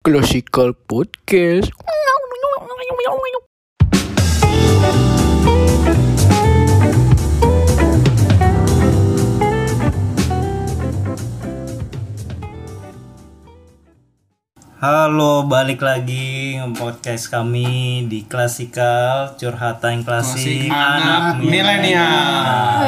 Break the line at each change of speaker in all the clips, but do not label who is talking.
Classical Podcast.
Halo, balik lagi nge-podcast kami di Klasikal, curhatan klasik anak milenial.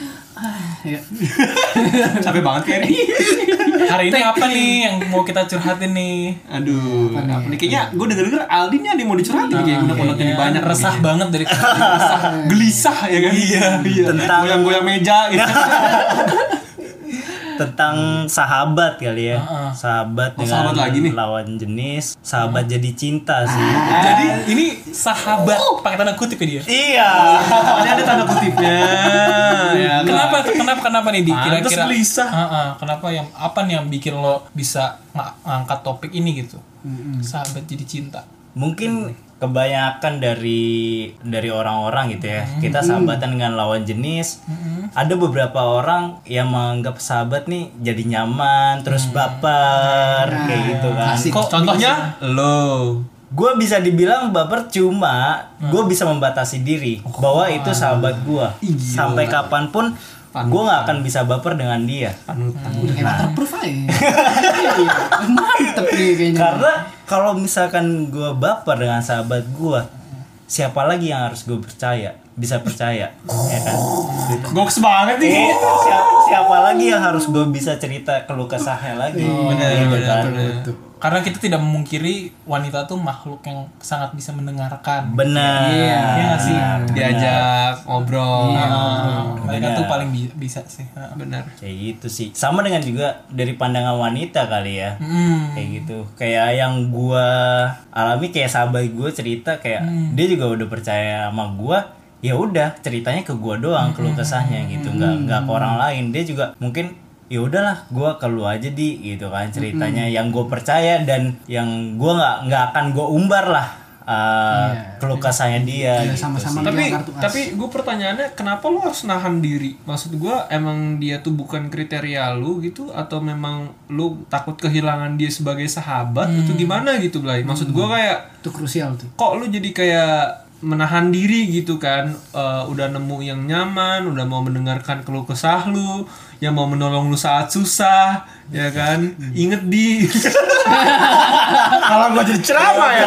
Capek banget ya nih.
Hari ini apa nih yang mau kita curhatin nih?
Aduh, apa nih? Kayaknya gue denger Aldi nih ada yang mau dicurhatin kayak unek-uneknya nih banyak.
Resah banget dari
Gelisah ya kan? Iya.
Tentang
goyang-goyang meja gitu.
tentang sahabat kali ya. Sahabat dengan
sahabat lagi nih.
lawan jenis, sahabat jadi cinta sih.
Jadi ini sahabat pakai tanda kutip ya dia.
Iya.
Ini ada tanda kutipnya. Ya,
Kenapa nih di
Pantes
kira-kira?
gelisah.
Kenapa apa nih yang bikin lo bisa ngangkat topik ini gitu? Sahabat jadi cinta.
Mungkin kebanyakan dari orang-orang gitu ya. Kita sahabatan dengan lawan jenis. Ada beberapa orang yang menganggap sahabat nih jadi nyaman, terus baper kayak gitu kan.
Kok
Contohnya lo.
Gue bisa dibilang baper cuma gue bisa membatasi diri bahwa itu sahabat gue. Sampai kapanpun gue nggak akan bisa baper dengan dia.
Waterproof aja. Mantep nih kayaknya.
Karena kalau misalkan gue baper dengan sahabat gue, siapa lagi yang harus gue bisa percaya, ya kan?
Goks banget nih.
Siapa lagi yang harus gue bisa cerita keluh kesahnya lagi? Benar.
Karena kita tidak memungkiri wanita tuh makhluk yang sangat bisa mendengarkan.
Benar.
Iya nggak sih?
Diajak ngobrol.
Mereka
Benar.
tuh paling bisa sih.
Benar.
Kayak gitu sih. Sama dengan juga dari pandangan wanita kali ya. Kayak gitu. Kayak yang gua alami, kayak sahabat gue cerita kayak dia juga udah percaya sama gua. Ya udah, ceritanya ke gua doang keluh kesahnya gitu. Nggak ke orang lain. Dia juga mungkin ya udahlah, gua ke lu aja gitu kan ceritanya yang gue percaya dan yang gua nggak akan gue umbar lah keluh kesahnya dia gitu
sama-sama
sih.
Tapi gue pertanyaannya kenapa lo harus nahan diri? Maksud gue emang dia tuh bukan kriteria lu gitu atau memang lu takut kehilangan dia sebagai sahabat atau gimana gitu Blay? Maksud gue kayak
Itu krusial tuh.
kok lu jadi kayak menahan diri gitu kan, udah nemu yang nyaman, udah mau mendengarkan keluh kesah lu, yang mau menolong lu saat susah, ya kan? Inget di kalau gua jadi ceramah ya.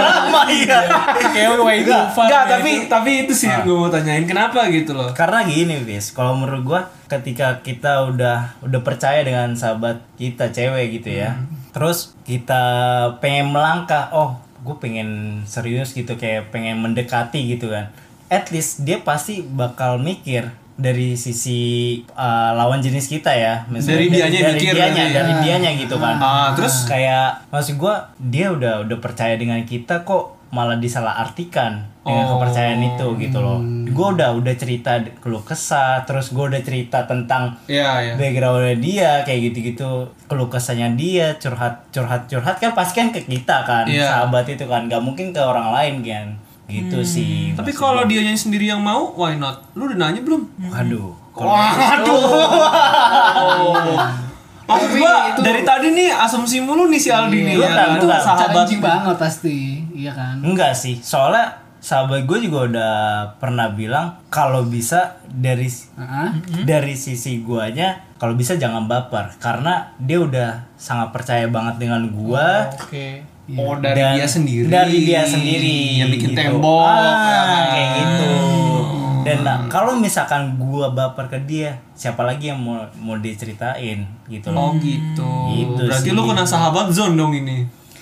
Kayak way too far.
Enggak, tapi itu sih yang gua mau tanyain kenapa gitu loh.
Karena gini bis, kalau menurut gua ketika kita udah percaya dengan sahabat kita cewek gitu ya, terus kita pengen melangkah, gue pengen serius gitu, kayak pengen mendekati gitu kan, at least dia pasti bakal mikir dari sisi lawan jenis kita ya.
Dari
dianya gitu kan.
Terus
kayak maksud gue, dia udah percaya dengan kita kok malah disalahartikan dengan kepercayaan itu gitu loh. Gue udah cerita keluh kesah, terus gue udah cerita tentang backgroundnya dia kayak gitu-gitu, keluh kesahnya dia, curhat kan pasti kan ke kita kan, sahabat itu kan, gak mungkin ke orang lain kan gitu sih.
tapi kalau dianya sendiri yang mau, why not? Lu udah nanya belum?
Waduh.
Maksud gua dari tadi nih asumsi mulu nih si Aldi nih.
Bukan.
Sahabat
challenging banget pasti, iya kan?
Enggak sih, soalnya sahabat gue juga udah pernah bilang kalau bisa dari sisi guanya, kalau bisa jangan baper, karena dia udah sangat percaya banget dengan gua.
Dari dia sendiri yang bikin
gitu.
tembok
Kayak gitu. Dan kalau misalkan gua baper ke dia, siapa lagi yang mau diceritain gitu loh.
gitu.
Gitu
Berarti
sih.
lu kena sahabat zone dong ini.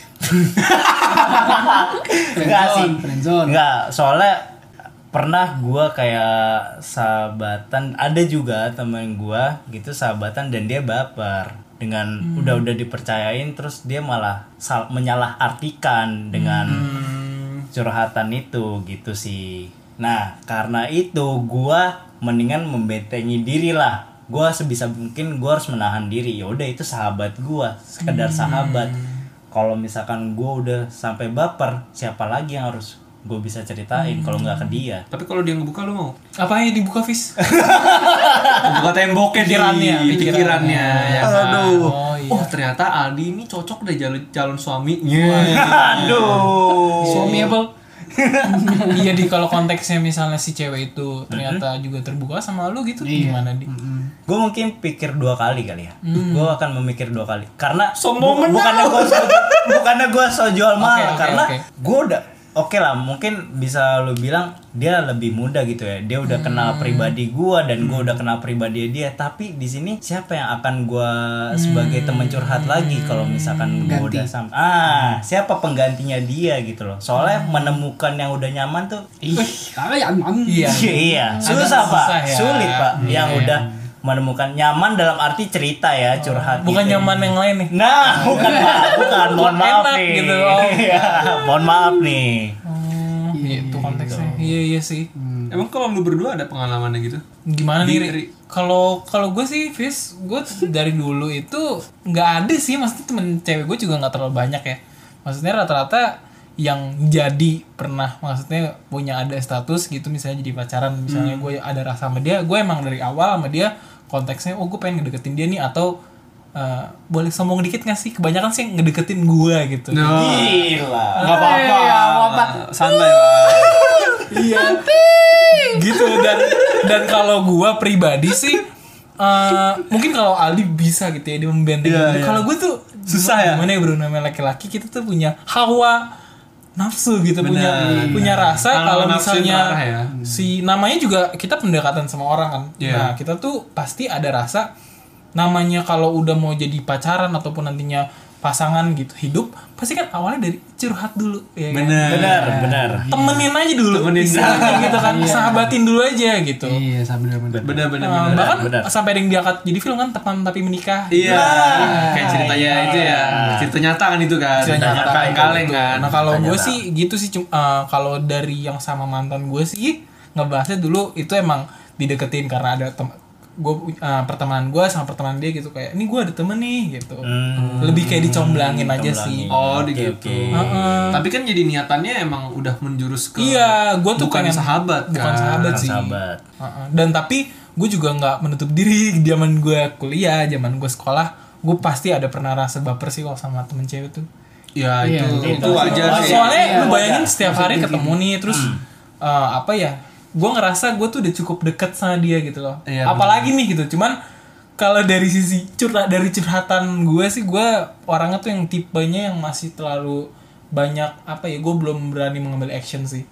Enggak sih.
Friendzone.
Enggak, soalnya pernah gua kayak sahabatan, ada juga temen gua gitu sahabatan dan dia baper dengan udah dipercayain, terus dia malah menyalahartikan dengan curhatan itu gitu sih. Nah, karena itu gua mendingan membentengi diri lah. Gua sebisa mungkin gua harus menahan diri. Ya udah, itu sahabat gua, sekedar sahabat. Kalau misalkan gua udah sampai baper, siapa lagi yang harus gue bisa ceritain kalau nggak ke dia.
Tapi kalau dia ngebuka lu mau?
Apa yang dibuka, Fis?
Buka temboknya, pikirannya ya kan?
Aduh.
Oh
oh ternyata Aldi ini cocok deh calon suami.
Aduh.
Suami apa?
Iya di kalau konteksnya misalnya si cewek itu ternyata juga terbuka sama lu gitu, gimana di?
Gue mungkin pikir 2 kali ya. Gue akan memikir 2 kali. Karena
Sombong
bukannya gue so jual mahal,
Oke,
karena
oke.
gue udah oke lah, mungkin bisa lu bilang dia lebih muda gitu ya. Dia udah kenal pribadi gue dan gue udah kenal pribadi dia. Tapi di sini siapa yang akan gue sebagai teman curhat lagi kalau misalkan gue udah siapa penggantinya dia gitu loh. Soalnya menemukan yang udah nyaman tuh
Iya.
iya, susah Pak.
susah ya.
Sulit Pak. Yang
Iya.
udah menemukan nyaman dalam arti cerita ya, curhat
Bukan
gitu.
nyaman yang lain nih.
Nah, bukan Pak. Bukan, mohon maaf
Enak
nih.
gitu, oh.
Iya, mohon maaf nih.
Gitu konteksnya. Iya sih.
Emang kalau lu berdua ada pengalamannya gitu?
Gimana nih?
Ri?
Ri? Kalau gue sih, Fis, gue dari dulu itu nggak ada sih, maksudnya temen cewek gue juga nggak terlalu banyak ya. Maksudnya rata-rata yang jadi pernah, maksudnya punya ada status gitu, misalnya jadi pacaran, misalnya gue ada rasa sama dia, gue emang dari awal sama dia konteksnya, gue pengen ngedeketin dia nih, atau boleh sombong dikit nggak sih? Kebanyakan sih ngedeketin gue gitu.
Gila.
Nggak apa-apa. Santai lah.
Iya. Gitu dan kalau gua pribadi sih mungkin kalau Aldi bisa gitu ya dia membentengin. Kalau gua tuh
Susah ya?
Gimana ya bro, namanya laki-laki kita tuh punya hawa nafsu gitu, punya rasa kalau
nafsu
misalnya
yang terarah ya.
si namanya juga kita pendekatan sama orang kan.
Iya.
Nah, kita tuh pasti ada rasa namanya kalau udah mau jadi pacaran ataupun nantinya pasangan gitu hidup, pasti kan awalnya dari curhat dulu ya kan?
Benar.
Temenin aja dulu istilahnya gitu kan, sahabatin dulu aja gitu.
Iya, benar.
Bener.
Bahkan
benar.
sampai ada yang diangkat jadi film kan, Teman Tapi Menikah.
Iya. Kayak ceritanya itu ya. Cerita nyata kan itu kan.
Cerita nyata
kaleng-kaleng kan.
Nah kalau gue sih gitu sih, kalau dari yang sama mantan gue sih ngebahasnya dulu itu emang dideketin karena ada pertemanan gue sama pertemanan dia gitu, kayak ini gue ada temen nih gitu. Lebih kayak dicomblangin aja sih.
Oh, gitu.
Heeh.
Tapi kan jadi niatannya emang udah menjurus ke
Iya, gue tuh
bukan
pengen
sahabat kan.
bukan sahabat sih.
Sahabat.
Dan tapi gue juga nggak menutup diri, zaman gue kuliah, zaman gue sekolah, gue pasti ada pernah rasa baper sih kalau sama temen cewek tuh.
Ya
Iya,
itu wajar sih.
Soalnya lu
Iya,
bayangin
wajar.
setiap hari ketemu nih, terus apa ya? Gue ngerasa gue tuh udah cukup deket sama dia gitu loh.
Iya,
Apalagi nih gitu. Cuman kalau dari sisi curhatan gue sih, gue orangnya tuh yang tipenya yang masih terlalu banyak apa ya? Gue belum berani mengambil action sih.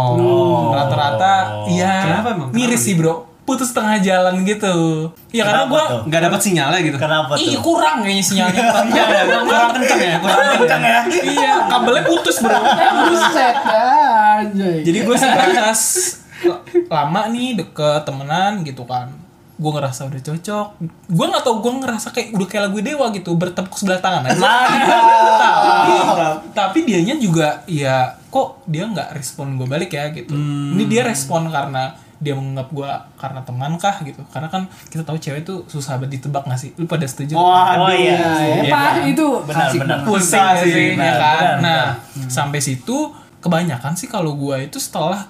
Rata-rata iya.
Kenapa emang?
Miris sih bro. Putus tengah jalan gitu. Ya karena
Kenapa
gue
tuh?
Nggak dapat sinyalnya gitu.
Kenapa tuh?
kurang kayaknya sinyalnya.
Kurang kencang ya.
Iya, kabelnya putus bro.
Buset anjay.
Jadi gue sebatas lama nih deket temenan gitu kan, gue ngerasa udah cocok. Gue nggak tau, gue ngerasa kayak udah kayak lagu Dewa gitu, bertepuk sebelah tangan aja. tapi dianya juga ya kok dia nggak respon gue balik ya gitu. Ini dia respon karena dia menganggap gue karena teman kah gitu. Karena kan kita tahu cewek tuh susah banget ditebak nggak sih? Lu pada setuju?
Oh iya.
Ya, Pak, itu asik
Benar.
banget.
Pusing sih, ya kan.
benar.
Nah, sampai situ kebanyakan sih kalau gue itu setelah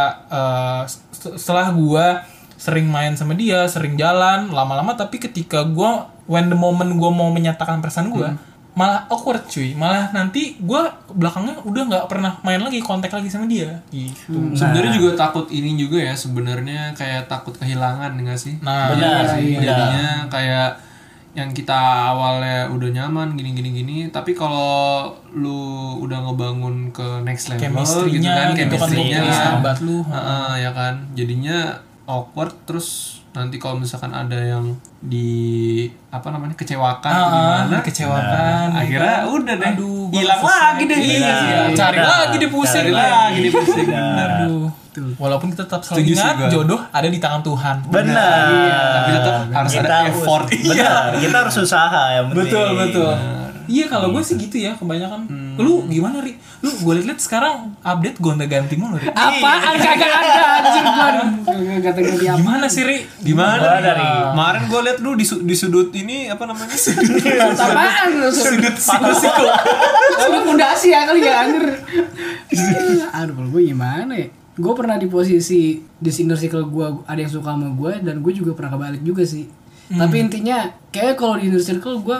gue sering main sama dia, sering jalan, lama-lama, tapi ketika gue when the moment gue mau menyatakan perasaan gue, malah awkward cuy, malah nanti gue belakangnya udah nggak pernah main lagi, kontak lagi sama dia gitu.
Sebenarnya juga takut ini juga ya, sebenarnya kayak takut kehilangan enggak sih?
Nah,
Benar.
Jadinya kayak yang kita awalnya udah nyaman gini, tapi kalau lu udah ngebangun ke next level gitu kan, chemistry-nya
bukti sahabat lu.
ya kan, jadinya awkward, terus nanti kalau misalkan ada yang kecewakan atau gimana,
kecewakan.
akhirnya udah deh,
Aduh, gua
hilang
selesai.
lagi deh.
Iya, cari lagi deh pusing.
Cari lagi deh pusing.
Aduh. Walaupun kita tetap selalu
Setuju sih
ingat
gua.
jodoh ada di tangan Tuhan.
Benar.
Tapi tetap harus ada effort.
Benar. Kita harus usaha yang penting.
Betul. Iya kalau gue sih gitu ya kebanyakan. Lu gimana Ri? Lu gue liat sekarang update gonta-ganti mulu Ri.
Apaan kagak ada anjing gua. Kata-kata apa?
Gimana sih Ri?
Gimana
Gua
nih?
dari
Kemarin gue liat lu di sudut ini apa namanya?
Apaan lu?
Sudut psikologi.
Lu pondasi ya kali ya anjir. Aduh, kalau gue gimana ya? Gue pernah di posisi di inner circle gue ada yang suka sama gue, dan gue juga pernah kebalik juga sih. Tapi intinya kayak kalau di inner circle gue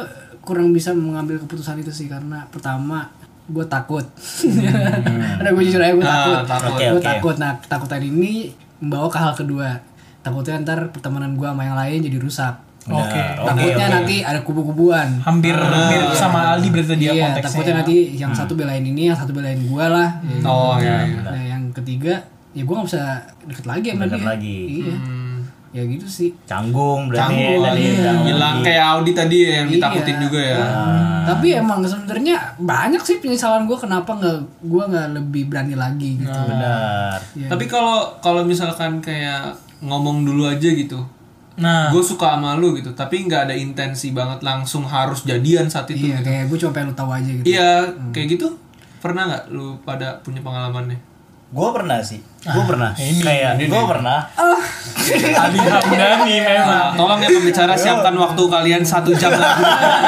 kurang bisa mengambil keputusan itu sih karena pertama gue takut. Karena gue jujur aja gue takut.
Oke,
Gue
oke.
takut. Nah ketakutan ini membawa ke hal kedua. Takutnya ntar pertemanan gue sama yang lain jadi rusak.
Oke.
Takutnya nanti ada kubu-kubuan.
Hampir mirip sama Aldi berarti dia
Iya,
konteksnya.
takutnya nanti yang satu belain ini, yang satu belain gue lah.
Oh iya.
Nah yang ketiga ya gue gak bisa deket lagi sama
Deket
dia.
lagi.
Iya. Ya gitu sih.
Canggung berarti
Canggung,
tadi
iya.
canggung.
Bilang kayak Audi tadi yang ditakutin
Iya.
juga ya.
Tapi emang sebenarnya banyak sih penyesalan gue kenapa gue nggak lebih berani lagi gitu.
Benar.
Tapi kalau misalkan kayak ngomong dulu aja gitu.
Nah,
Gue suka sama lu gitu, tapi nggak ada intensi banget langsung harus jadian saat itu.
Iya,
Gitu.
kayak gue cuma pengen lu tahu aja gitu.
Iya, kayak gitu. Pernah nggak lu pada punya pengalamannya?
Gue pernah sih. Gue pernah. Kayak gue pernah.
Aldi Hamdani memang.
Nah, tolong ya pembicara siapkan waktu kalian 1 jam lagi.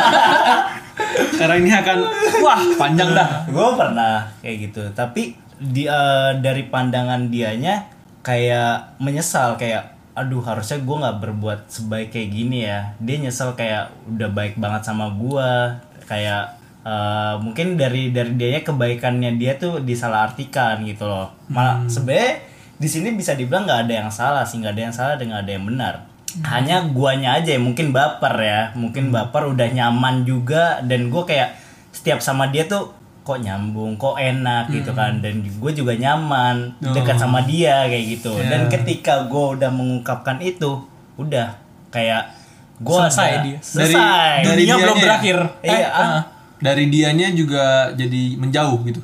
Karena ini akan panjang dah.
Gue pernah kayak gitu. Tapi dari pandangan dianya kayak menyesal kayak aduh harusnya gue nggak berbuat sebaik kayak gini ya. Dia nyesel kayak udah baik banget sama gue kayak mungkin dari dianya kebaikannya dia tuh disalahartikan gitu loh. Malah sebenarnya di sini bisa dibilang nggak ada yang salah sih, nggak ada yang salah dan nggak ada yang benar. Hanya guanya aja yang mungkin baper ya, mungkin baper udah nyaman juga dan gue kayak setiap sama dia tuh kok nyambung, kok enak gitu kan, dan gue juga nyaman dekat sama dia kayak gitu. Dan ketika gue udah mengungkapkan itu, udah kayak gue
Selesai dia.
selesai.
Dari
Dunia belum
dianya ya?
berakhir.
Iya,
Dari dianya juga jadi menjauh gitu.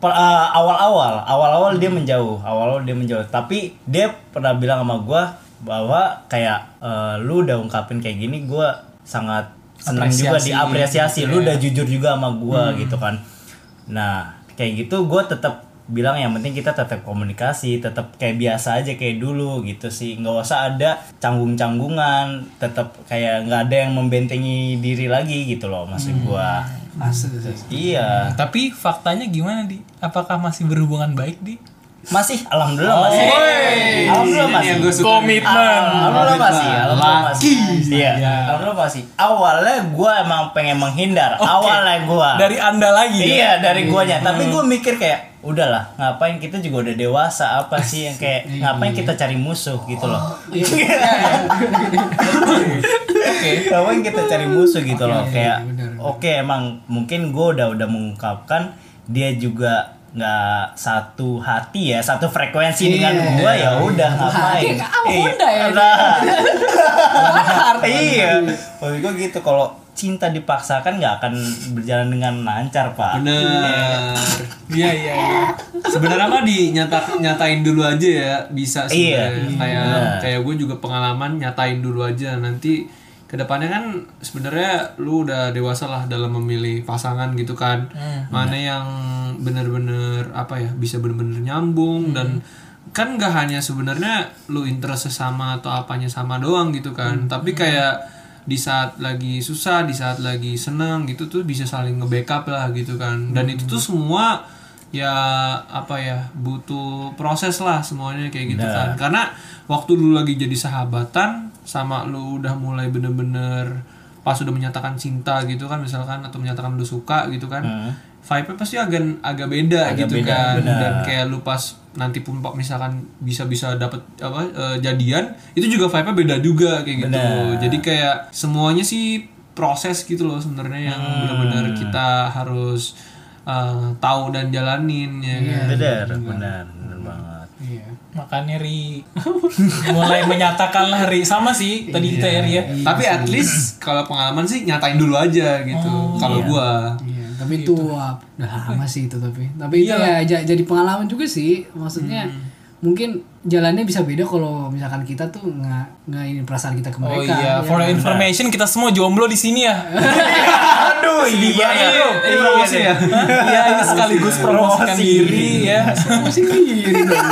awal-awal dia menjauh, tapi dia pernah bilang sama gue bahwa kayak lu udah ungkapin kayak gini, gue sangat senang juga diapresiasi, lu udah jujur juga sama gue gitu kan. Nah kayak gitu gue tetap bilang yang penting kita tetap komunikasi, tetap kayak biasa aja kayak dulu gitu sih, nggak usah ada canggung-canggungan, tetap kayak nggak ada yang membentengi diri lagi gitu loh maksud gue. Iya.
Tapi faktanya gimana, Di? Apakah masih berhubungan baik, Di?
Masih, alhamdulillah masih. Alhamdulillah
Ini
masih.
yang gue suka.
Komitmen.
Alhamdulillah masih. Alhamdulillah masih. Iya. Alhamdulillah masih. Awalnya gue emang pengen menghindar. Awalnya gue.
Dari Anda lagi.
Iya dari guanya. Tapi gue mikir kayak udahlah, ngapain kita juga udah dewasa, apa sih yang kayak ngapain kita cari musuh gitu loh. Ngapain kita cari musuh gitu loh, kayak oke emang mungkin gue udah mengungkapkan, dia juga nggak satu hati ya, satu frekuensi dengan gue, ya udah ngapain.
Honda ya.
Iya. Maksud gue gitu, kalau cinta dipaksakan nggak akan berjalan dengan lancar pak.
Bener.
Iya.
Sebenarnya mah nyatain dulu aja ya, bisa sebenarnya.
Iya.
Kayak gue juga pengalaman nyatain dulu aja, nanti kedepannya kan sebenarnya lu udah dewasa lah dalam memilih pasangan gitu kan. Mana yang bener-bener apa ya, bisa bener-bener nyambung, dan kan gak hanya sebenarnya lu interest sama atau apanya sama doang gitu kan, tapi kayak di saat lagi susah, di saat lagi seneng gitu tuh bisa saling nge-backup lah gitu kan. Dan itu tuh semua ya apa ya, butuh proses lah semuanya kayak gitu kan. Karena waktu lu lagi jadi sahabatan sama lu udah mulai bener-bener pas udah menyatakan cinta gitu kan misalkan, atau menyatakan lu suka gitu kan, vibe-nya pasti agak beda gitu kan.
bener.
Dan kayak lu pas nanti pun misalkan bisa dapet jadian, itu juga vibe-nya beda juga kayak gitu. Jadi kayak semuanya sih proses gitu loh sebenarnya, yang benar-benar kita harus tahu dan jalanin ya kan.
Benar banget.
Iya.
Makanya Ri mulai menyatakan lah, Ri sama sih tadi kita ya Ri ya.
Tapi at least kalau pengalaman sih nyatain dulu aja gitu. Kalau gua
Iya, tapi itu udah lama sih itu, tapi itu ya jadi pengalaman juga sih. Maksudnya mungkin jalannya bisa beda kalau misalkan kita tuh nggak ini perasaan kita ke
Oh
mereka.
iya, for your information kita semua jomblo di sini ya.
Aduh iya
ini promosi ya.
Iya, ini sekaligus promosikan diri ya.
Masih diri dong.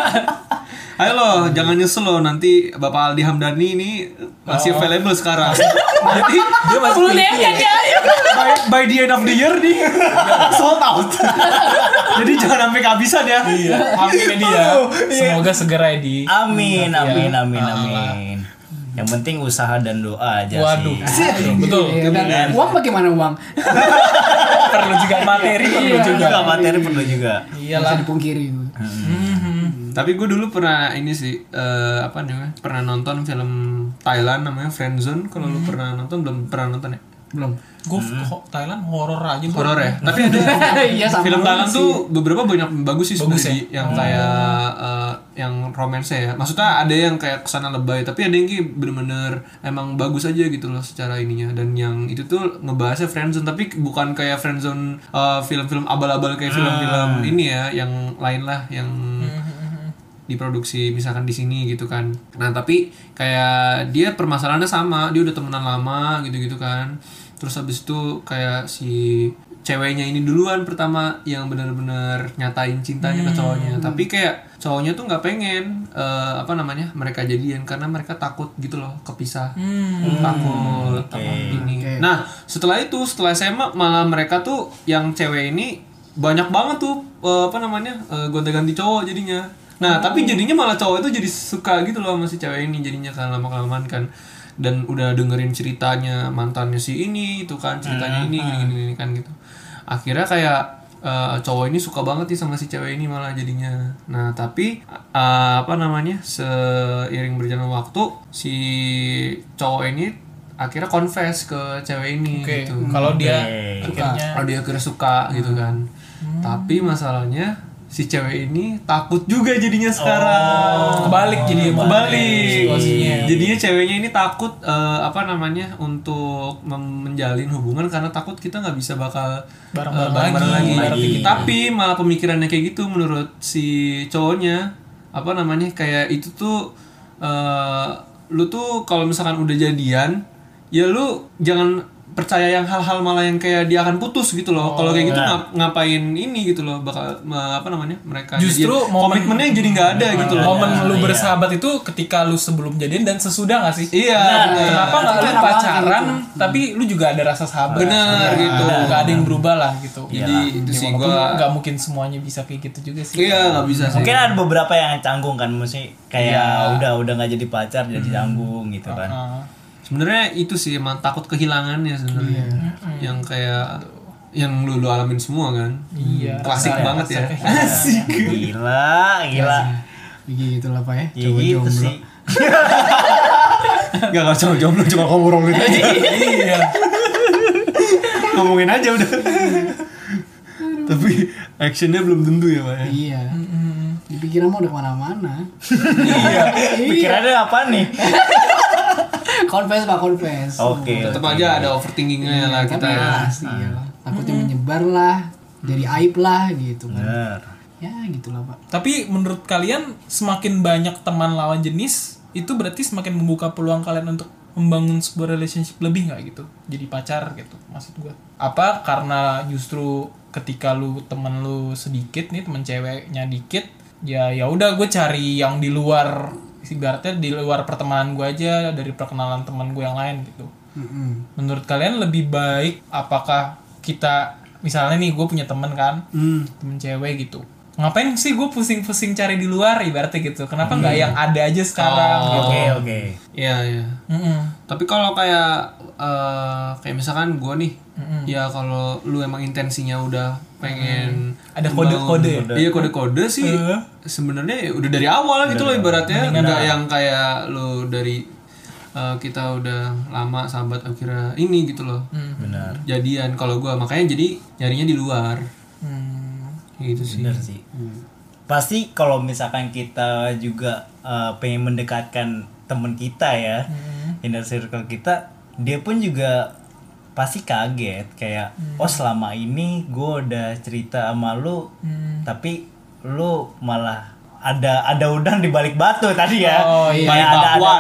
Ayo loh, jangan nyesel loh, nanti Bapak Aldi Hamdani ini masih available sekarang. Jadi
Dia masih pilih ya.
by the end of the year nih sold out. Jadi jangan sampai kehabisan ya.
Amin dia. Semoga segera di.
Amin. Yang penting usaha dan doa aja
Waduh.
sih.
Betul.
Iya, dan uang bagaimana uang?
Perlu juga materi, perlu
Iya.
juga.
Juga materi perlu juga.
Nggak
Iyalah.
bisa dipungkiri.
Tapi gue dulu pernah ini sih apa namanya? Pernah nonton film Thailand namanya Friendzone. Kalau lu pernah nonton belum pernah nonton ya?
Belum.
Gue Thailand horor aja bro.
Horor ya. Tapi ada
Iya, sama
film Thailand
sih.
tuh beberapa banyak bagus sih
Bagus
sebenarnya yang kayak yang romance ya. Maksudnya ada yang kayak kesana lebay, tapi ada yang kayak bener-bener emang bagus aja gitu loh secara ininya. Dan yang itu tuh ngebahasnya friendzone, tapi bukan kayak friendzone film-film abal-abal kayak film-film ini ya, yang lain lah yang diproduksi misalkan di sini gitu kan. Nah tapi kayak dia permasalahannya sama, dia udah temenan lama gitu-gitu kan. Terus habis itu kayak si ceweknya ini duluan pertama yang benar-benar nyatain cintanya ke cowoknya. Tapi kayak cowoknya tuh nggak pengen apa namanya mereka jadian karena mereka takut gitu loh kepisah. Takut apa ini. Nah setelah itu setelah SMA malah mereka tuh yang cewek ini banyak banget tuh apa namanya gonta-ganti cowok jadinya. Nah tapi jadinya malah cowok itu jadi suka gitu loh sama si cewek ini jadinya kan lama-kelamaan kan. Dan udah dengerin ceritanya mantannya si ini itu kan ceritanya ini gini kan gitu. Akhirnya kayak cowok ini suka banget nih sama si cewek ini malah jadinya. Nah tapi apa namanya seiring berjalan waktu si cowok ini akhirnya confess ke cewek ini
Oke.
gitu.
Kalau dia
Oke.
akhirnya
Kalau dia akhirnya suka gitu kan. Tapi masalahnya si cewek ini takut juga jadinya sekarang.
kebalik jadi
Kebalik.
situasinya.
Jadinya ceweknya ini takut apa namanya untuk menjalin hubungan karena takut kita nggak bisa bakal
Bareng-bareng
bareng-bareng
lagi.
Tapi malah pemikirannya kayak gitu menurut si cowoknya apa namanya kayak itu tuh lu tuh kalau misalkan udah jadian ya lu jangan percaya yang hal-hal malah yang kayak dia akan putus gitu loh. Kalau kayak gitu ngapain ini gitu loh bakal apa namanya mereka
Justru
jadian.
momen-
Komitmennya jadi nggak ada gitu loh.
momen lu
Iya.
bersahabat itu ketika lu sebelum jadian dan sesudah gak sih?
Iya, bener.
Kenapa nggak lu
Kenapa
pacaran tapi lu juga ada rasa sahabat?
Bener, gitu.
Nggak ada yang berubah lah gitu.
Jadi itu sih
Walaupun
gua
nggak mungkin semuanya bisa kayak gitu juga sih.
iya nggak bisa sih.
Mungkin ada beberapa yang canggung kan, mesti kayak udah nggak jadi pacar jadi canggung gitu kan.
Ah.
Sebenarnya itu sih emang takut kehilangannya sebenarnya. Yang kayak yang lu alamin semua kan.
Iya.
Klasik
Rasa-
banget ya.
rasa
Asik.
Gila.
Gitu lah Pak ya.
Ya gitu sih.
Gak cuma jomblo cuma ngomongin aja.
Iya.
Ngomongin aja udah. Tapi actionnya belum tentu ya Pak ya.
Iya. Di pikiran mah udah kemana-mana.
Pikirannya apa nih?
Confess Pak, confess.
Oke.
Tetap aja ada overthinkingnya lah kita ya.
Pasti ya. Takutnya menyebar lah, jadi aib lah gitu kan.
Bener.
Ya gitulah Pak.
Tapi menurut kalian semakin banyak teman lawan jenis itu berarti semakin membuka peluang kalian untuk membangun sebuah relationship lebih nggak gitu? Jadi pacar gitu maksud gua. Apa karena justru ketika lu temen lu sedikit nih temen ceweknya dikit ya udah gue cari yang di luar ibaratnya di luar pertemanan gue aja dari perkenalan teman gue yang lain gitu. Menurut kalian lebih baik apakah kita misalnya nih gue punya temen kan temen cewek gitu ngapain sih gue pusing-pusing cari di luar ibaratnya gitu kenapa nggak yang ada aja sekarang gitu.
Oke.
Iya iya.
Mm-mm.
Tapi kalau kayak misalkan gue nih, ya kalau lu emang intensinya udah pengen
Ada kode-kode ya?
Iya kode-kode sih. Sebenarnya ya udah dari awal gitu loh ibaratnya, nggak yang kayak lu dari kita udah lama sahabat akhirnya ini gitu loh.
Benar.
Jadian kalau gue makanya jadi nyarinya di luar. Gitu sih.
Bener sih. Pasti kalau misalkan kita juga pengen mendekatkan teman kita ya, inner circle kita, dia pun juga pasti kaget kayak oh selama ini gue udah cerita sama lu, tapi lu malah ada udang di balik batu tadi ya.
Oh, iya.
Kayak
Balik bakwan.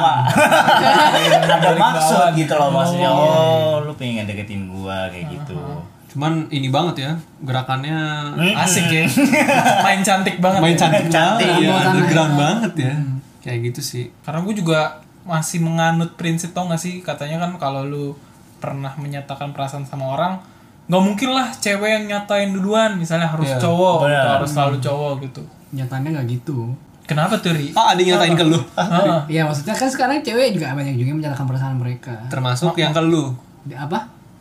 ada maksud gitu loh maksudnya. Oh, lu pengen deketin gua kayak gitu.
Cuman ini banget ya gerakannya
asik ya main cantik banget
main
ya.
cantik
Cantik,
banget,
iya.
underground banget ya. Kayak gitu sih.
Karena gue juga masih menganut prinsip tau gak sih katanya kan kalau lu pernah menyatakan perasaan sama orang nggak mungkin lah cewek yang nyatain duluan misalnya harus
Iya,
cowok gitu,
benar.
harus selalu cowok gitu.
Nyatanya nggak gitu.
Kenapa tuh, Ri?
ada yang ngatain ke lu.
Heeh.
Iya maksudnya kan sekarang cewek juga banyak juga yang menyalahkan perasaan mereka.
Termasuk yang ke lu.
Apa?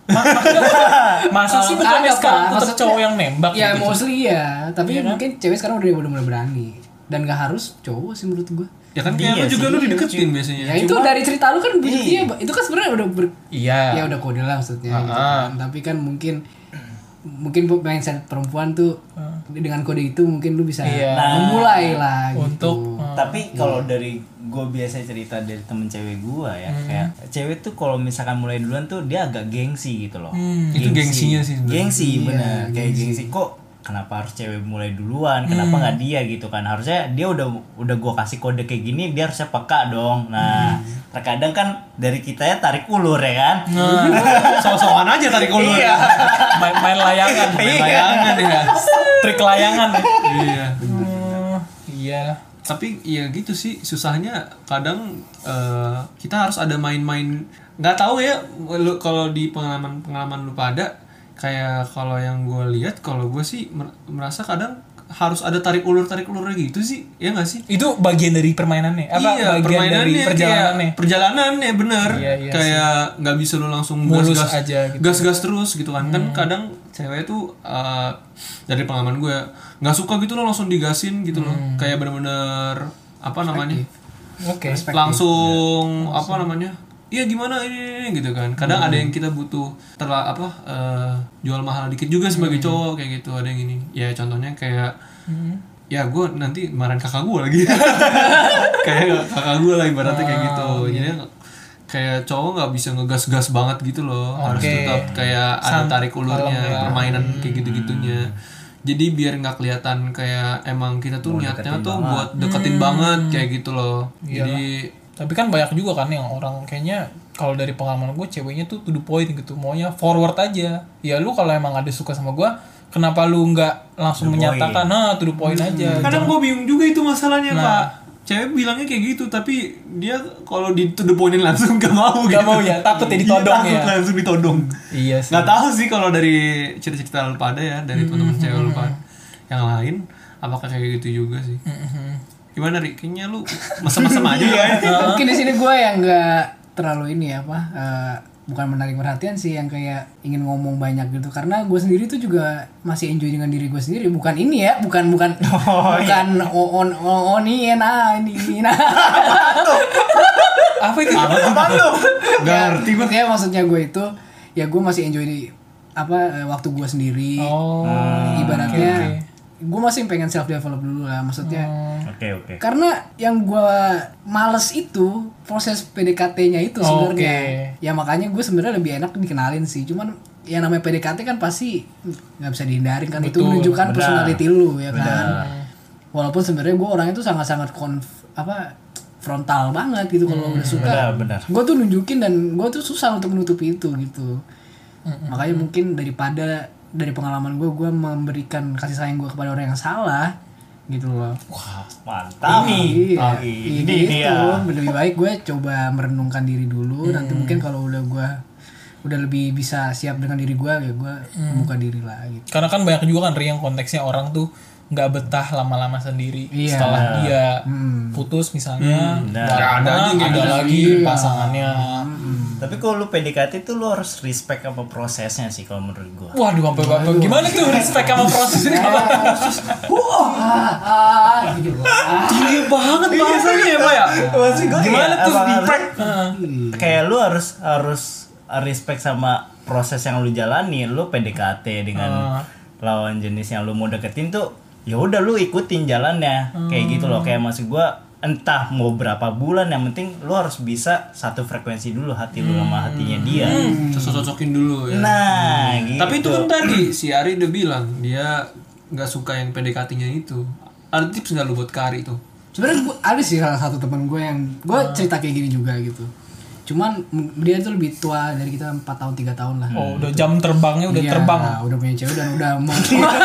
Masa sih bukannya
Ada,
sekarang
Pak.
tetap
Maksudnya-
cowok yang nembak
Ya
gitu?
mostly ya, tapi
Iya kan?
mungkin cewek sekarang udah mulai berani dan gak harus cowok sih menurut gua.
Ya kan kayak
Iya
lu juga
sih,
lu dideketin biasanya.
Ya itu dari cerita lu kan buktinya itu kan sebenarnya udah
Iya.
ya udah kode lah maksudnya gitu
Ah.
kan. Tapi kan mungkin mindset perempuan tuh dengan kode itu mungkin lu bisa
Iya.
memulai lah
Untuk
gitu.
Tapi kalau dari gue biasa cerita dari temen cewek gue ya, kayak cewek tuh kalau misalkan mulai duluan tuh dia agak gengsi gitu loh.
Itu gengsinya sih sebenarnya.
Gengsi bener, kayak gengsi. Kok kenapa harus cewek mulai duluan? Kenapa nggak dia gitu kan? Harusnya dia udah gue kasih kode kayak gini, dia harusnya peka dong. Nah, terkadang kan dari kita ya tarik ulur ya kan.
Sok-sokan aja tarik ulur.
Iya.
main layangan,
Main layangan ya.
trik layangan.
Iya.
Iya.
Tapi ya gitu sih susahnya kadang kita harus ada main-main nggak tahu ya kalau di pengalaman lu pada kayak kalau yang gue lihat kalau gue sih merasa kadang harus ada tarik ulurnya gitu sih ya nggak sih.
Itu bagian dari permainannya. Apa
Iya,
bagian dari perjalanannya?
Perjalanannya bener.
Iya
Kayak nggak bisa lu langsung
Mulus
gas-gas
aja gitu.
gas-gas terus gitu kan. Kan kadang cewek tuh dari pengalaman gue nggak suka gitu lo langsung digasin gitu loh. Kayak bener-bener apa namanya?
Oke.
Langsung apa namanya? Iya gimana ini gitu kan. Kadang ada yang kita butuh jual mahal dikit juga sebagai cowok kayak gitu. Ada yang ini. Ya contohnya kayak ya gue nanti marahin kakak gue lagi. Kayak kakak gue lah ibaratnya kayak gitu. Jadi kayak cowok nggak bisa ngegas-gas banget gitu loh. Harus
Oke.
tetap kayak ada tarik ulurnya,
kalem ya.
permainan kayak gitu-gitunya. Jadi biar nggak kelihatan kayak emang kita tuh niatnya tuh buat deketin banget kayak gitu loh. Jadi
Tapi kan banyak juga kan yang orang kayaknya kalau dari pengalaman gue ceweknya tuh to the point gitu, maunya forward aja. Ya lu kalau emang ada suka sama gue, kenapa lu nggak langsung menyatakan to the point aja.
kadang gue bingung juga itu masalahnya
Nah.
Pak. Cewek bilangnya kayak gitu tapi dia kalau di to the pointin langsung gak mau
Gak mau ya, takut ya ditodong
Iya, takut
ya.
langsung ditodong.
Iya sih.
Nggak tahu sih kalau dari cerita-cerita lu pada ya dari teman-teman cewek lu pada yang lain apakah kayak gitu juga sih. Gimana Ri? Kayaknya lu masam-masam aja ya.
Mungkin di sini gue yang nggak terlalu ini ya apa bukan menarik perhatian sih yang kayak ingin ngomong banyak gitu karena gue sendiri tuh juga masih enjoy dengan diri gue sendiri bukan ini ya bukan bukan ini nah
Apa itu?
Nggak ngerti gue.
ya maksudnya gue itu ya gue masih enjoy di waktu gue sendiri ibaratnya gue masih pengen self develop dulu lah maksudnya
Oke.
karena yang gue males itu proses PDKT-nya itu sebenarnya ya makanya gue sebenarnya lebih enak dikenalin sih cuman yang namanya PDKT kan pasti nggak bisa dihindarin kan itu menunjukkan personality lu ya kan walaupun sebenarnya gue orangnya tuh sangat-sangat frontal banget gitu kalau udah suka
Benar.
gue tuh nunjukin dan gue tuh susah untuk menutupi itu gitu makanya mungkin dari pengalaman gue memberikan kasih sayang gue kepada orang yang salah gitu loh.
Wah, mantap.
Iya,
Ini
gitu.
dia.
Lebih baik gue coba merenungkan diri dulu. Nanti mungkin kalau udah lebih bisa siap dengan diri gue, ya gue membuka diri lah gitu.
Karena kan banyak juga kan Ri yang konteksnya orang tuh nggak betah lama-lama sendiri
Iya.
setelah dia putus misalnya
Nah,
ada lagi pasangannya.
Tapi kalau lu PDKT tuh lu harus respect apa prosesnya sih kalau menurut gua.
Waduh, sampai gimana tuh respect sama prosesnya?
Gitu.
Tinggi banget bahasanya ya Pak ya.
Maksud gua
Gimana
ya,
tuh
emang
di
harus-
prek?
kayak lu harus respect sama proses yang lu jalani. Lu PDKT dengan lawan jenis yang lu mau deketin tuh ya udah lu ikutin jalannya. Kayak gitu loh. Kayak maksud gua entah mau berapa bulan yang penting lu harus bisa satu frekuensi dulu hati lu sama hatinya dia.
Cocok-cocokin dulu ya.
Nah, gitu.
Tapi itu kan tadi si Ari udah bilang dia nggak suka yang PDKT-nya itu. Ada tips nggak lu buat ke Ari tuh?
Sebenarnya ada sih salah satu teman gue yang gue cerita kayak gini juga gitu. Cuman dia tuh lebih tua dari kita 4 tahun 3 tahun lah.
Oh, udah jam terbangnya udah
Iya,
terbang.
udah punya cewek dan udah mau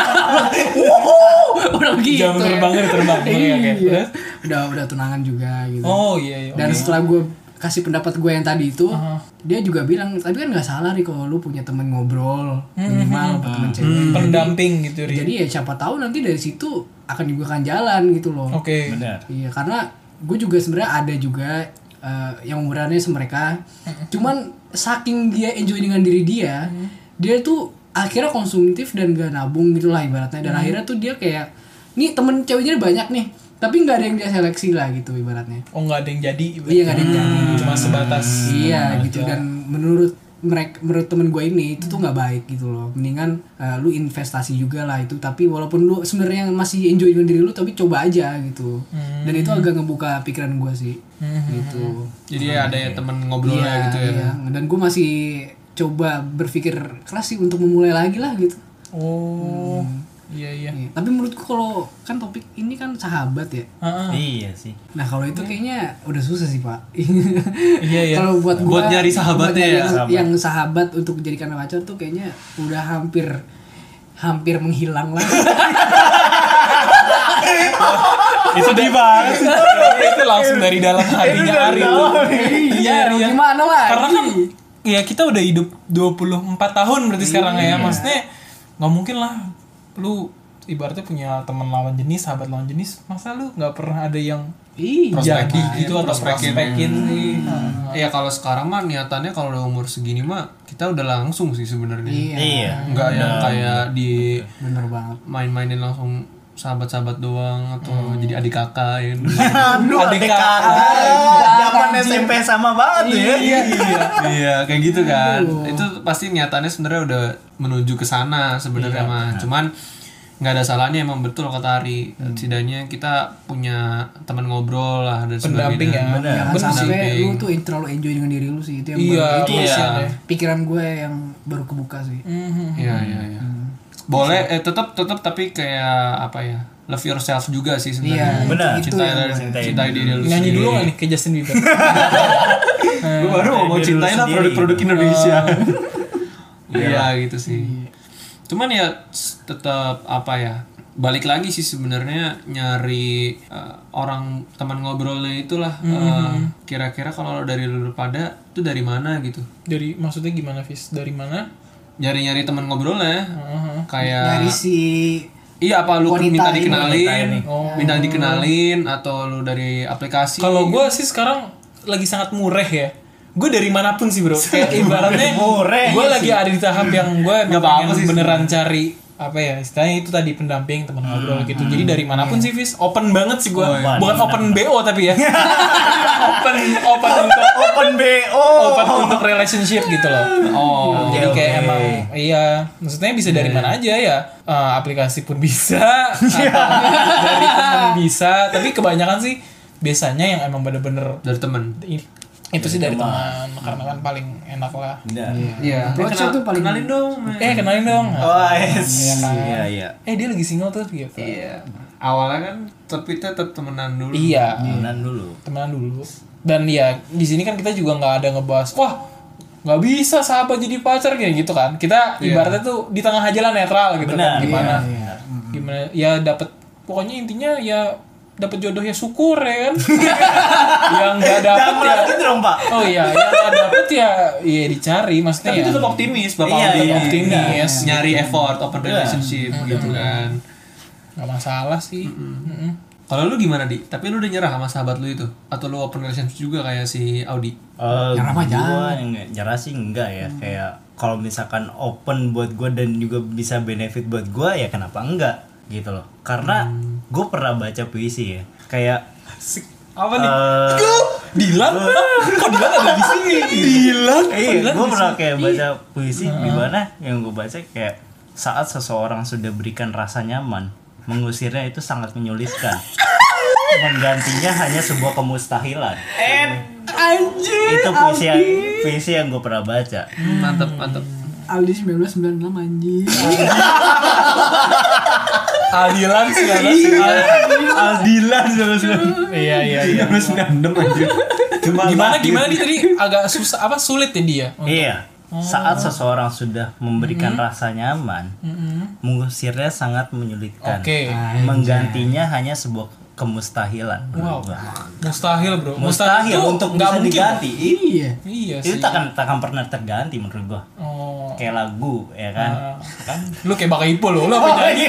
udah begitu.
Jam terbangnya udah terbang. Oke, oke.
Iya.
Terus?
Udah tunangan juga gitu.
Oh iya iya.
Dan
oke.
setelah gue kasih pendapat gue yang tadi itu, dia juga bilang tapi kan nggak salah nih kalau lu punya temen ngobrol minimal apa temen cewek.
Pendamping gitu Ri.
Jadi ya siapa tahu nanti dari situ akan dibukakan jalan gitu loh.
Oke.
Benar.
Iya, karena gue juga sebenarnya ada juga yang umurannya semereka. Cuman saking dia enjoy dengan diri dia, dia tuh akhirnya konsumtif dan gak nabung gitu lah ibaratnya. Dan akhirnya tuh dia kayak, nih temen ceweknya banyak nih, tapi nggak ada yang dia seleksi lah gitu ibaratnya.
Oh nggak ada yang jadi.
Iya, nggak ada yang jadi.
Cuma sebatas.
Iya gitu. Dan menurut temen gue ini itu tuh nggak baik gitu loh. Mendingan lu investasi juga lah itu, tapi walaupun lu sebenarnya masih enjoy dengan diri lu, tapi coba aja gitu. Dan itu agak ngebuka pikiran gue sih gitu.
Jadi ada ya temen ngobrolnya gitu ya.
Iya. Dan gue masih coba berpikir keras sih untuk memulai lagi lah gitu.
Oh. Iya.
Iya. Tapi menurutku kalau kan topik ini kan sahabat ya.
Iya sih.
Nah kalau itu kayaknya udah susah sih Pak.
Iya.
Kalau buat gua,
Buat nyari sahabatnya
buat nyari
ya?
yang sahabat untuk dijadikan pacar tuh kayaknya udah hampir menghilang lah.
Itu sedih banget.
Itu langsung dari dalam hatinya Ari tuh. Iya.
Gimana lah?
Karena kan ya kita udah hidup 24 tahun berarti sekarang ya. Maksudnya nggak mungkin lah lu ibaratnya punya teman lawan jenis, sahabat lawan jenis, masa lu nggak pernah ada yang jadi gitu atau prospekin sih.
Ya kalau sekarang mah niatannya kalau udah umur segini mah kita udah langsung sih sebenarnya.
Iya.
Enggak yang kayak di
Bener banget.
main-mainin langsung sahabat-sahabat doang atau jadi adik kakak ya.
Aduh, adik kakak. Zaman SMP sama banget tuh ya.
Iya, kayak gitu kan. Itu pasti niatannya sebenarnya udah menuju ke sana sebenarnya mah. Cuman nggak ada salahnya emang betul kata Ari. Setidaknya kita punya teman ngobrol lah dan
pendamping ya.
Benar.
Jangan sampai lu tuh terlalu enjoy dengan diri lu sih, itu yang baru, itu
iya.
pikiran gue yang baru kebuka sih.
Iya. Boleh tetap tapi kayak apa ya? Love yourself juga sih sebenarnya.
Benar.
Itu yang
Cintai diri lu
Nyanyi
sendiri.
dulu nggak nih kayak Justin Bieber?
Gue baru mau
Diri lu
cintain lah
sendiri.
produk-produk Indonesia. Iya gitu sih. Cuman ya tetap apa ya? Balik lagi sih sebenarnya nyari orang teman ngobrolnya itulah. Kira-kira kalau dari lu pada itu dari mana gitu?
Dari maksudnya gimana Fis? Dari mana?
Nyari-nyari teman ngobrolnya. Kayak
Dari si
iya apa lu
wanita
minta
ini.
dikenalin,
Oh.
minta dikenalin atau lu dari aplikasi?
Kalau gue sih sekarang lagi sangat mureh ya. Gue dari manapun sih bro. Kayak ibaratnya gue lagi ada di tahap yang gue
Nggak apa-apa sih
beneran cari apa ya istilahnya itu tadi pendamping teman ngobrol gitu. Jadi dari manapun sih Fis open banget sih gue. Bukan open BO tapi ya. open untuk relationship gitu loh. Jadi kayak emang iya maksudnya bisa dari mana aja ya. Aplikasi pun bisa atau dari teman bisa. Tapi kebanyakan sih biasanya yang emang bener-bener
dari teman.
itu sih dari teman karena kan paling enak lah.
Iya.
approach-nya tuh paling
Kenalin dong.
Kenalin dong.
Iya.
Dia lagi single tuh gitu.
Iya. Awalnya kan tapi tetap temenan dulu.
Iya.
Temenan dulu.
Dan ya di sini kan kita juga nggak ada ngebahas wah nggak bisa sahabat jadi pacar kayak gitu kan. Kita ibaratnya tuh di tengah aja lah netral gitu.
Benar,
kan gimana
iya.
gimana ya dapat pokoknya intinya ya dapat jodoh ya syukur ya kan. Yang nggak dapat ya
gitu dong Pak.
oh iya yang nggak dapat ya dicari maksudnya
Tapi
ya
tetap optimis Bapak.
Iya,
optimis.
Nyari effort, open relationship gitu kan.
nggak masalah sih.
Kalau lu gimana Di? Tapi lu udah nyerah sama sahabat lu itu? Atau lu open relationship juga kayak si Audi?
Nyerah mah
Gua nyerah sih enggak ya. Kayak kalau misalkan open buat gue dan juga bisa benefit buat gue ya kenapa enggak gitu loh. Karena gue pernah baca puisi ya. Kayak
Apa nih?
Dilan?
Kok Dilan ada di sini?
Dilan? Iya, gue pernah kayak baca puisi di mana yang gue baca kayak saat seseorang sudah berikan rasa nyaman, mengusirnya itu sangat menyulitkan. Menggantinya hanya sebuah kemustahilan. Itu puisi yang gue pernah baca.
Mantap.
Aldi 1996 anjing.
Aldilan
Aldilan
Iya.
96 aja.
Gimana nih tadi agak susah sulit ya dia.
Iya. Saat seseorang sudah memberikan rasa nyaman, mengusirnya sangat menyulitkan.
Oke.
Menggantinya hanya sebuah kemustahilan.
Wow.
menurut gua.
Mustahil, Bro.
Mustahil
tuh
untuk
nggak
bisa
mungkin.
diganti.
Iya.
Iya
Itu
sih.
takkan pernah terganti menurut gua.
Oh.
Kayak lagu ya kan. Kan
Lu kayak Baka Ipul lo apa nyanyi?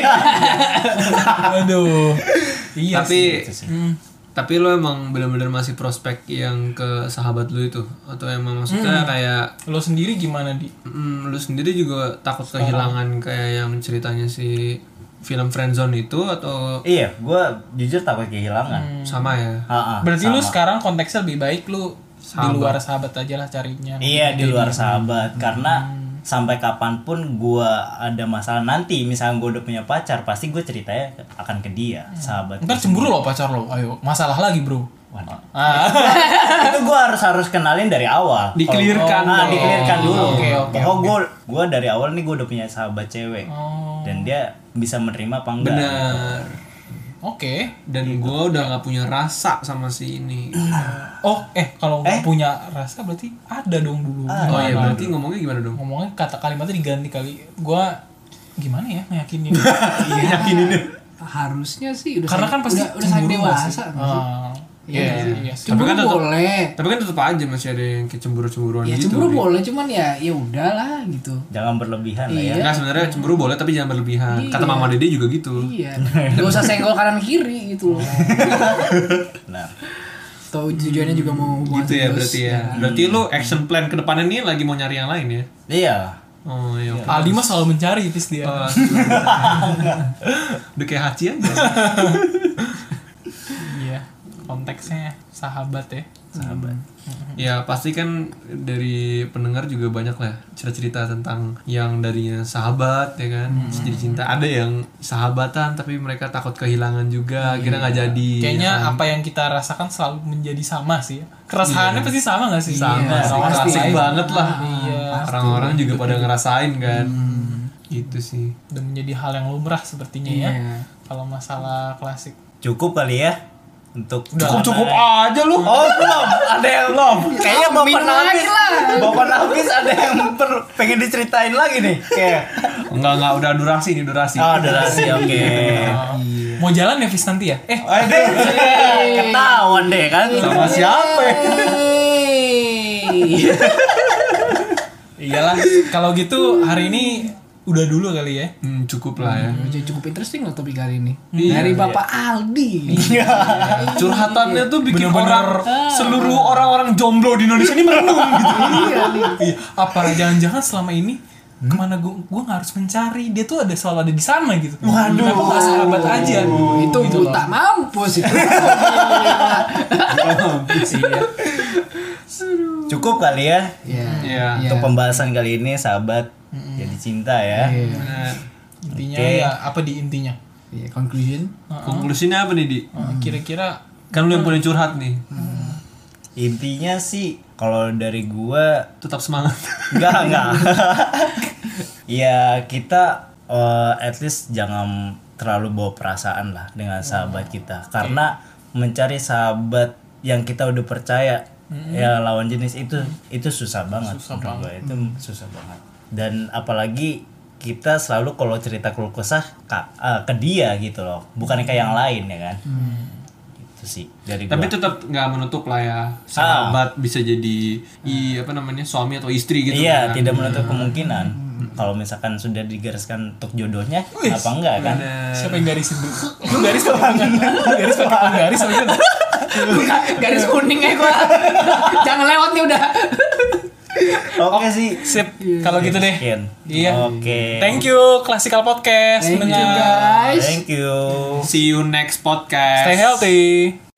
Aduh. Iya
Tapi
sih.
tapi lo emang benar-benar masih prospek yang ke sahabat lo itu, atau emang maksudnya kayak
Lo sendiri gimana, Di?
lu sendiri juga takut kehilangan kayak yang ceritanya si film Friendzone itu, atau
iya, gua jujur takut kehilangan.
sama ya?
Berarti lu sekarang konteksnya lebih baik lu di luar sahabat aja lah carinya.
Iya, di luar sahabat karena sampai kapanpun gua ada masalah nanti, misalnya gua udah punya pacar, pasti gue ceritanya akan ke dia, sahabat.
Ntar cemburu lo pacar lo. Ayo, masalah lagi, Bro.
Waduh.
Ah.
Itu gua harus kenalin dari awal.
Di-clearkan dong.
Di-clearkan dulu.
Oke.
Gua dari awal nih gua udah punya sahabat cewek. Dan dia bisa menerima apa enggak.
Benar.
Oke.
Dan gue udah nggak punya rasa sama si ini.
Oh, kalau nggak punya rasa berarti ada dong dulu.
Oh iya, berarti ngomongnya gimana dong?
Ngomongnya kata kalimatnya diganti kali. Gua gimana ya ngeyakinin?
Yakinin deh.
Harusnya sih udah
Karena kan pasti
udah sangat
cemburu nggak sih?
dewasa.
Iya, iya.
Cemburu
Tapi kan tetep-
boleh.
Tapi kan tetap aja masih ada yang kayak cemburu-cemburuan
Ya
gitu.
cemburu boleh, cuman ya udahlah gitu.
Jangan berlebihan lah ya.
Iya.
Nah sebenarnya cemburu boleh tapi jangan berlebihan. Kata Mama Dede juga gitu.
Iya. Gak usah senggol kanan kiri gitu loh.
Nah,
Atau tujuannya juga mau hubungan
Gitu ya
serius.
berarti ya. Berarti lu action plan ke depannya nih lagi mau nyari yang lain ya?
iya.
Oh iya. oke.
Aldi mah selalu mencari pis dia.
Oh, udah kayak Haci aja.
Iya. Konteksnya sahabat ya.
Sahabat.
Ya pasti kan dari pendengar juga banyak lah cerita-cerita tentang yang darinya sahabat ya kan, terus jadi cinta. Ada yang sahabatan tapi mereka takut kehilangan juga, kira nggak jadi.
Kayaknya
ya kan?
apa yang kita rasakan selalu menjadi sama sih. Keresahannya pasti sama gak sih?
Sama,
Iya,
orang
pasti.
klasik banget lah.
Iya.
Orang-orang juga pada ngerasain kan. Gitu sih.
Dan menjadi hal yang lumrah sepertinya ya.
Iya.
Kalau masalah klasik.
Cukup kali ya untuk
Cukup aja lu.
Oh, belum. Ada yang belum. Kayaknya Bapak
minum lagi
Nafis.
lah.
Bapak Nafis ada yang pengen diceritain lagi nih. Kayak
Enggak udah durasi nih durasi.
oh, durasi oke.
Mau jalan ya Fis nanti ya?
Aduh, ketahuan deh kan.
Sama siapa?
Iyalah. Kalau gitu hari ini udah dulu kali ya.
Cukup lah ya.
Cukup interesting loh topik kali ini. Dari Bapak Aldi.
Curhatannya tuh bikin
Bener-bener.
seluruh orang-orang jomblo di Indonesia ini merenung gitu.
Iya. Apa jangan-jangan selama ini kemana gua nggak harus mencari, dia tuh selalu ada di sana gitu.
Waduh.
Kenapa nggak sahabat aja?
Itu
Gitu loh.
buta mampus itu.
Iya.
Cukup kali ya
Iya.
Iya.
untuk pembahasan kali ini sahabat jadi cinta ya.
Nah,
Intinya
Oke.
ya apa di intinya?
Iya, conclusion.
konklusinya apa nih, Di?
Kira-kira
Kan lu yang paling curhat nih.
Intinya sih kalau dari gua
Tetap semangat.
enggak. Ya kita at least jangan terlalu bawa perasaan lah dengan sahabat kita. Karena mencari sahabat yang kita udah percaya ya lawan jenis itu susah banget. Menurut gua. Itu susah banget. Dan apalagi kita selalu kalau cerita keluh kesah ke dia gitu loh, bukan ke yang lain ya kan. Itu sih dari gua.
Tapi tetap nggak menutup lah ya. Sahabat bisa jadi suami atau istri gitu.
Iya,
kan.
tidak menutup kemungkinan. Kalau misalkan sudah digariskan untuk jodohnya, apa enggak kan?
siapa yang garisin dulu? Lu garis pakai garis pakai penggaris apa gimana?
Garis kuning ya gua. Jangan lewat nih udah.
Oke sih.
Sip. Kalau gitu deh.
Sekian.
Iya.
Oke.
Thank you Classical Podcast.
Thank you
Mendengar.
guys.
Thank you.
See you next podcast.
Stay healthy.